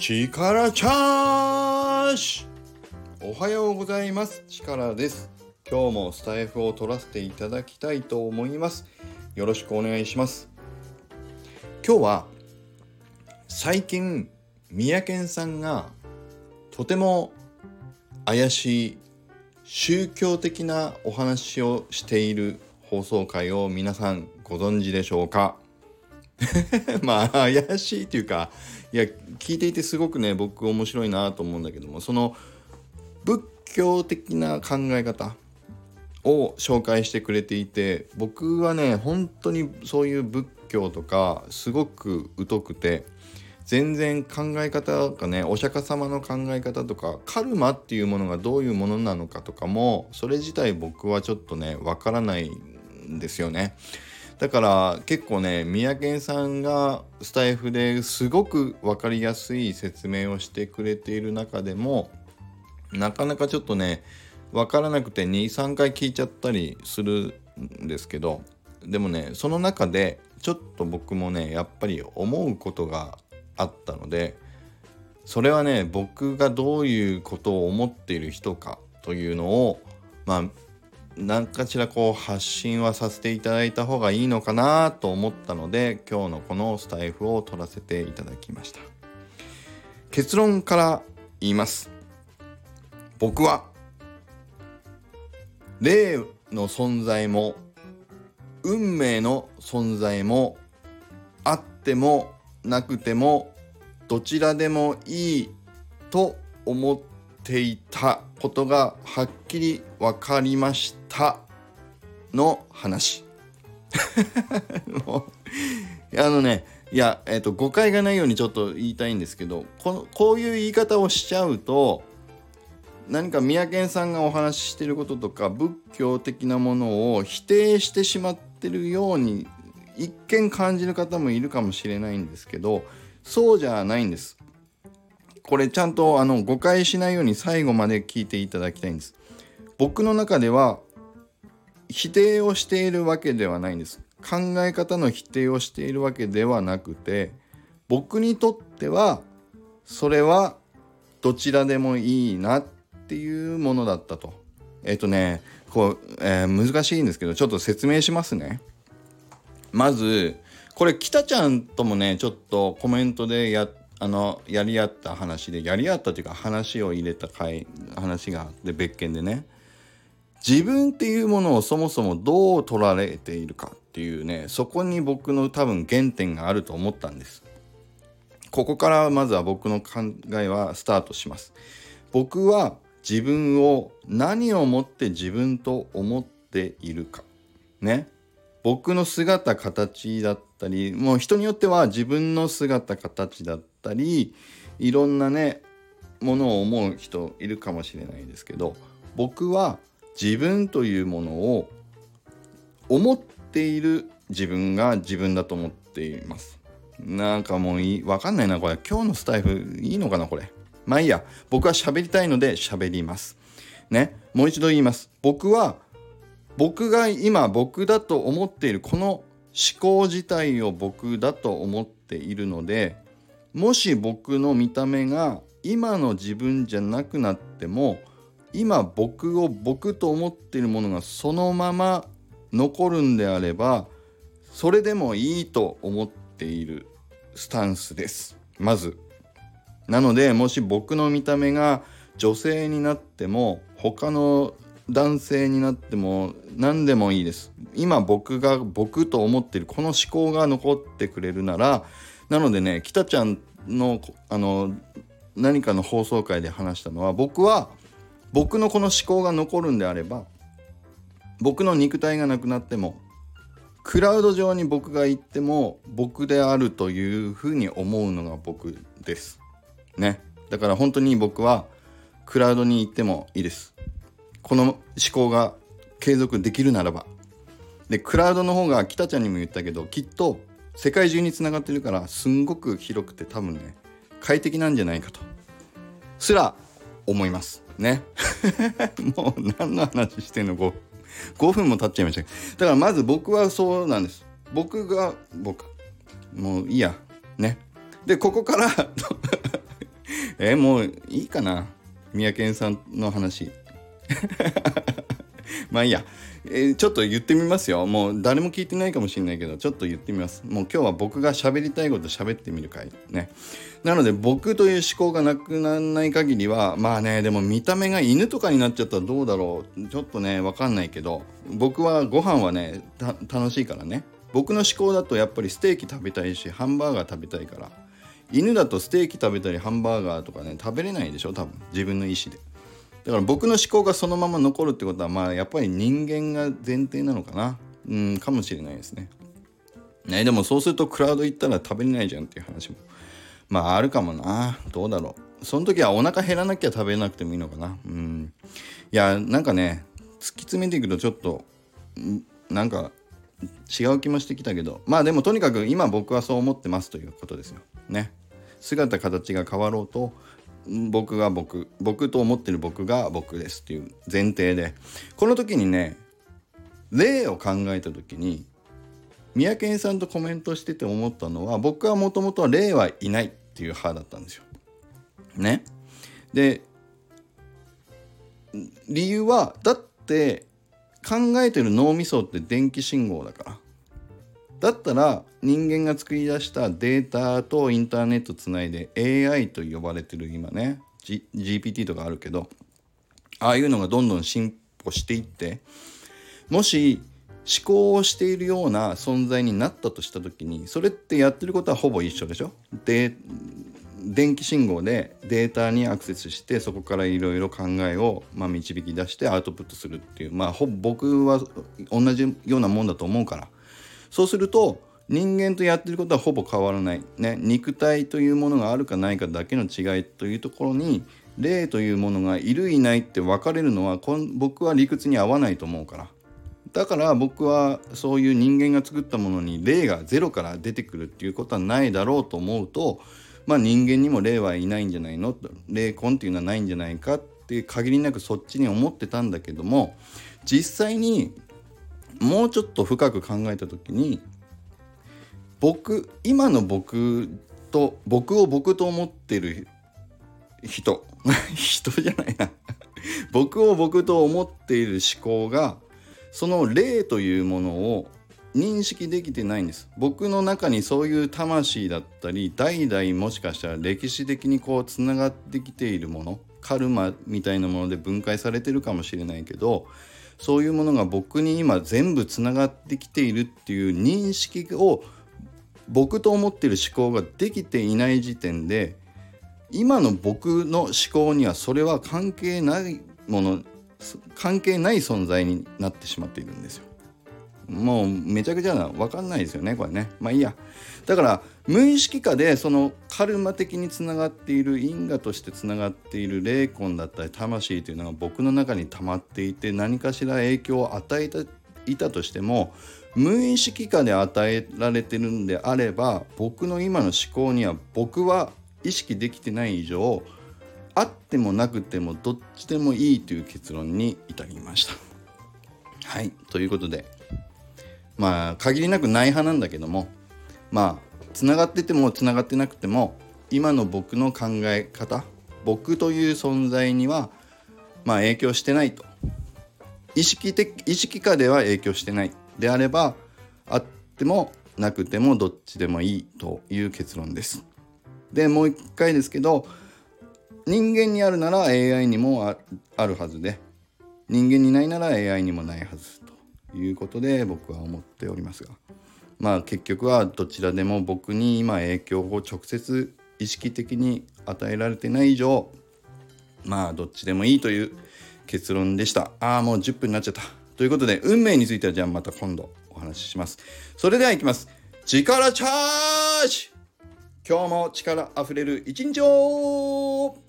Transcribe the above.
力チャージ。おはようございます。力です。今日もスタイフを取らせていただきたいと思います。よろしくお願いします。今日は最近三宅さんがとても怪しい宗教的なお話をしている放送回を皆さんご存知でしょうか？まあ怪しいというか、聞いていてすごくね、僕面白いなと思うんだけども、その仏教的な考え方を紹介してくれていて、僕はね本当にそういう仏教とかすごく疎くて、全然考え方がね、お釈迦様の考え方とかカルマっていうものがどういうものなのかとかも、それ自体僕はちょっとねわからないんですよね。だから結構ね、三宅さんがスタイフですごく分かりやすい説明をしてくれている中でも、なかなかちょっとね分からなくて 2,3 回聞いちゃったりするんですけど、でもねその中でちょっと僕もねやっぱり思うことがあったので、それはね僕がどういうことを思っている人かというのを何かしら発信はさせていただいた方がいいのかなと思ったので、今日のこのスタイフを取らせていただきました。結論から言います。僕は霊の存在も運命の存在もあってもなくてもどちらでもいいと思っていたことがはっきり分かりましたの話。誤解がないようにちょっと言いたいんですけど、こういう言い方をしちゃうと、何か三宅さんがお話ししていることとか仏教的なものを否定してしまってるように一見感じる方もいるかもしれないんですけど、そうじゃないんです。これちゃんと誤解しないように最後まで聞いていただきたいんです。僕の中では否定をしているわけではないんです。考え方の否定をしているわけではなくて、僕にとってはそれはどちらでもいいなっていうものだったと。難しいんですけど、ちょっと説明しますね。まずこれ北ちゃんともねちょっとコメントでやり合った話で、やり合ったというか話を入れた話があって、別件でね、自分っていうものをそもそもどう取られているかっていうね、そこに僕の多分原点があると思ったんです。ここからまずは僕の考えはスタートします。僕は自分を何をもって自分と思っているかね、僕の姿形だったり、もう人によっては自分の姿形だったり、いろんなねものを思う人いるかもしれないですけど、僕は自分というものを思っている自分が自分だと思っています。なんかもうわかんないなこれ。今日のスタイフいいのかなこれ。まあいいや、僕は喋りたいので喋りますね。もう一度言います。僕が今僕だと思っているこの思考自体を僕だと思っているので、もし僕の見た目が今の自分じゃなくなっても、今僕を僕と思っているものがそのまま残るんであれば、それでもいいと思っているスタンスです。まずなので、もし僕の見た目が女性になっても他の男性になっても何でもいいです。今僕が僕と思っているこの思考が残ってくれるなら。なのでね、北ちゃんの何かの放送回で話したのは、僕のこの思考が残るんであれば、僕の肉体がなくなってもクラウド上に僕が行っても僕であるというふうに思うのが僕ですね。だから本当に僕はクラウドに行ってもいいです。この思考が継続できるならば。でクラウドの方が北ちゃんにも言ったけど、きっと世界中につながってるからすんごく広くて多分ね快適なんじゃないかとすら思いますね。もう何の話してんの、5分も経っちゃいました。だからまず僕はそうなんです。僕もういいやね。でここからもういいかな、三宅さんの話まあいいや、ちょっと言ってみますよ。もう誰も聞いてないかもしれないけど、ちょっと言ってみます。もう今日は僕が喋りたいこと喋ってみる回ね。なので僕という思考がなくならない限りは、まあね、でも見た目が犬とかになっちゃったらどうだろう、ちょっとね、わかんないけど、僕はご飯はね楽しいからね。僕の思考だとやっぱりステーキ食べたいし、ハンバーガー食べたいから。犬だとステーキ食べたりハンバーガーとかね食べれないでしょ、多分自分の意思で。だから僕の思考がそのまま残るってことは、まあやっぱり人間が前提なのかな、かもしれないですね。でもそうするとクラウド行ったら食べれないじゃんっていう話もまああるかもな。どうだろう、その時はお腹減らなきゃ食べなくてもいいのかな。いやなんかね、突き詰めていくとちょっとなんか違う気もしてきたけど、まあでもとにかく今僕はそう思ってますということですよね。姿形が変わろうと僕が僕と思ってる僕が僕ですっていう前提で、この時にね、例を考えた時に三宅さんとコメントしてて思ったのは、僕はもともと例はいないっていう派だったんですよね。で理由はだって考えてる脳みそって電気信号だから。だったら人間が作り出したデータとインターネットつないで AI と呼ばれてる今ね、GPT とかあるけど、ああいうのがどんどん進歩していって、もし思考をしているような存在になったとした時に、それってやってることはほぼ一緒でしょ。で電気信号でデータにアクセスして、そこからいろいろ考えを導き出してアウトプットするっていう、ほぼ僕は同じようなもんだと思うから、そうすると人間とやってることはほぼ変わらない、ね、肉体というものがあるかないかだけの違いというところに、霊というものがいるいないって分かれるのは僕は理屈に合わないと思うから。だから僕はそういう人間が作ったものに霊がゼロから出てくるっていうことはないだろうと思うと、人間にも霊はいないんじゃないのと、霊魂っていうのはないんじゃないかって限りなくそっちに思ってたんだけども、実際にもうちょっと深く考えた時に、今の僕を僕と思ってる人じゃないな僕を僕と思っている思考が、その霊というものを認識できてないんです。僕の中にそういう魂だったり、代々もしかしたら歴史的につながってきているもの、カルマみたいなもので分解されてるかもしれないけど、そういうものが僕に今全部つながってきているっていう認識を僕と思っている思考ができていない時点で、今の僕の思考にはそれは関係ない存在になってしまっているんですよ。もうめちゃくちゃ分かんないですよねこれね。いいや。だから無意識下でそのカルマ的につながっている、因果としてつながっている霊魂だったり魂というのが僕の中に溜まっていて、何かしら影響を与えていたとしても、無意識下で与えられてるんであれば、僕の今の思考には僕は意識できてない以上、あってもなくてもどっちでもいいという結論に至りました。はい、ということで限りなくない派なんだけども、つながっててもつながってなくても、今の僕の考え方、僕という存在には影響してないと。意識下では影響してないであれば、あってもなくてもどっちでもいいという結論です。でもう一回ですけど、人間にあるなら AI にもあるはずで、人間にないなら AI にもないはずということで僕は思っておりますが、結局はどちらでも僕に今影響を直接意識的に与えられてない以上、どっちでもいいという結論でした。もう10分になっちゃった。ということで運命についてはじゃあまた今度お話しします。それではいきます。力チャージ。今日も力あふれる一日を。